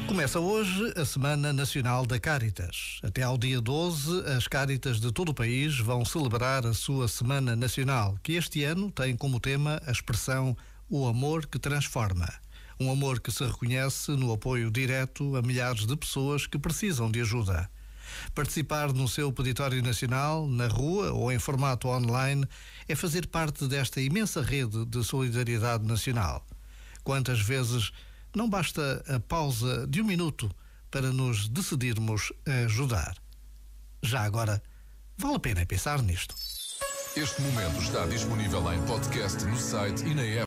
Começa hoje a Semana Nacional da Cáritas. Até ao dia 12, as Cáritas de todo o país vão celebrar a sua Semana Nacional, que este ano tem como tema a expressão "O amor que transforma". Um amor que se reconhece no apoio direto a milhares de pessoas que precisam de ajuda. Participar no seu peditório nacional, na rua ou em formato online, é fazer parte desta imensa rede de solidariedade nacional. Quantas vezes não basta a pausa de um minuto para nos decidirmos a ajudar? Já agora, vale a pena pensar nisto. Este momento está disponível em podcast no site e na app.